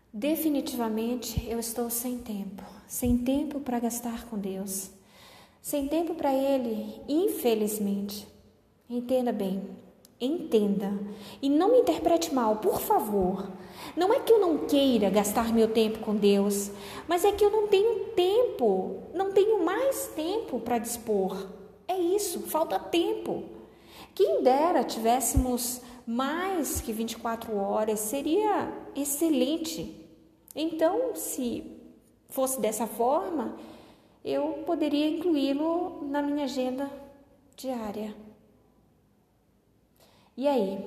Definitivamente eu estou sem tempo para gastar com Deus, sem tempo para Ele, infelizmente. Entenda bem, entenda e não me interprete mal, por favor. Não é que eu não queira gastar meu tempo com Deus, mas é que eu não tenho tempo, não tenho mais tempo para dispor. É isso, falta tempo. Quem dera tivéssemos mais que 24 horas, seria excelente. Então, se fosse dessa forma, eu poderia incluí-lo na minha agenda diária. E aí?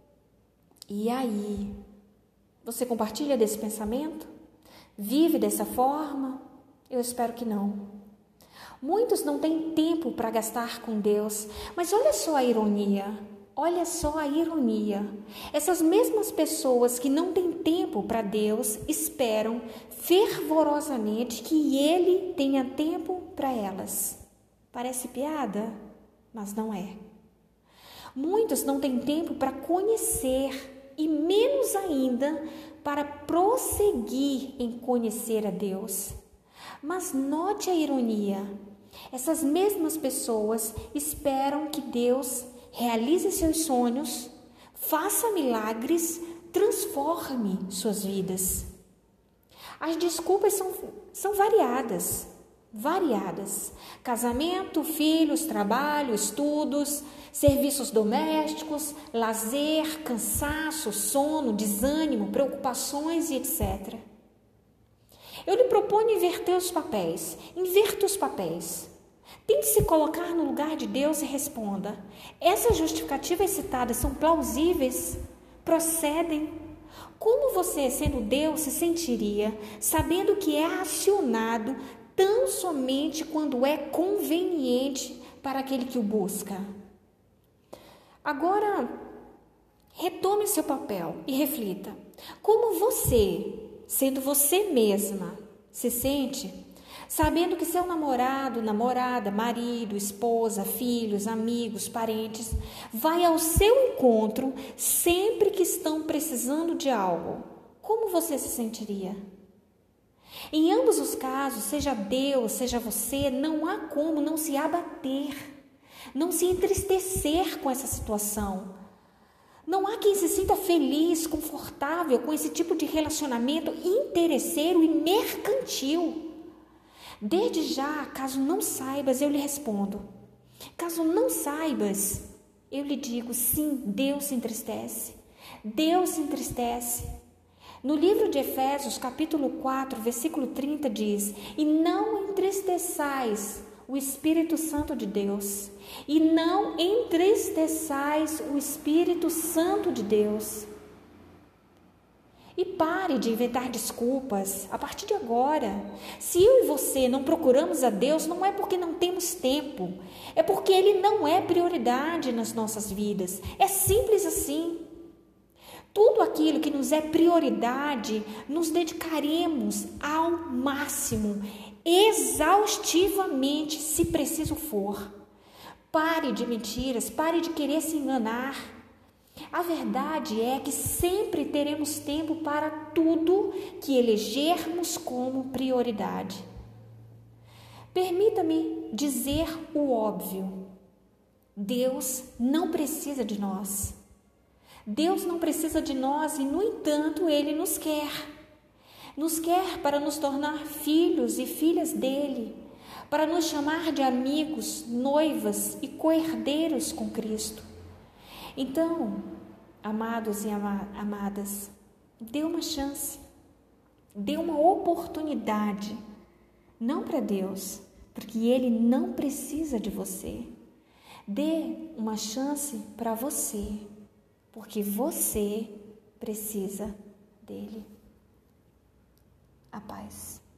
E aí? Você compartilha desse pensamento? Vive dessa forma? Eu espero que não. Muitos não têm tempo para gastar com Deus, mas olha só a ironia. Olha só a ironia. Essas mesmas pessoas que não têm tempo para Deus esperam fervorosamente que Ele tenha tempo para elas. Parece piada, mas não é. Muitos não têm tempo para conhecer e menos ainda para prosseguir em conhecer a Deus. Mas note a ironia. Essas mesmas pessoas esperam que Deus realize seus sonhos, faça milagres, transforme suas vidas. As desculpas são variadas. Casamento, filhos, trabalho, estudos, serviços domésticos, lazer, cansaço, sono, desânimo, preocupações e etc. Eu lhe proponho inverter os papéis. Inverta os papéis. Tente se colocar no lugar de Deus e responda: essas justificativas citadas são plausíveis? Procedem? Como você, sendo Deus, se sentiria sabendo que é acionado tão somente quando é conveniente para aquele que o busca? Agora, retome seu papel e reflita. Como você, sendo você mesma, se sente sabendo que seu namorado, namorada, marido, esposa, filhos, amigos, parentes vai ao seu encontro sempre que estão precisando de algo? Como você se sentiria? Em ambos os casos, seja Deus, seja você, não há como não se abater, não se entristecer com essa situação. Não há quem se sinta feliz, confortável com esse tipo de relacionamento interesseiro e mercantil. Desde já, caso não saibas, eu lhe respondo. Caso não saibas, eu lhe digo, sim, Deus se entristece. Deus se entristece. No livro de Efésios, capítulo 4, versículo 30 diz: e não entristeçais o Espírito Santo de Deus. E não entristeçais o Espírito Santo de Deus. E pare de inventar desculpas a partir de agora. Se eu e você não procuramos a Deus, não é porque não temos tempo, é porque Ele não é prioridade nas nossas vidas. É simples assim. Tudo aquilo que nos é prioridade, nos dedicaremos ao máximo, exaustivamente, se preciso for. Pare de mentiras, pare de querer se enganar. A verdade é que sempre teremos tempo para tudo que elegermos como prioridade. Permita-me dizer o óbvio. Deus não precisa de nós. Deus não precisa de nós e, no entanto, Ele nos quer. Nos quer para nos tornar filhos e filhas dEle, para nos chamar de amigos, noivas e co-herdeiros com Cristo. Então, amados e amadas, dê uma chance, dê uma oportunidade, não para Deus, porque Ele não precisa de você. Dê uma chance para você, porque você precisa dEle. A paz.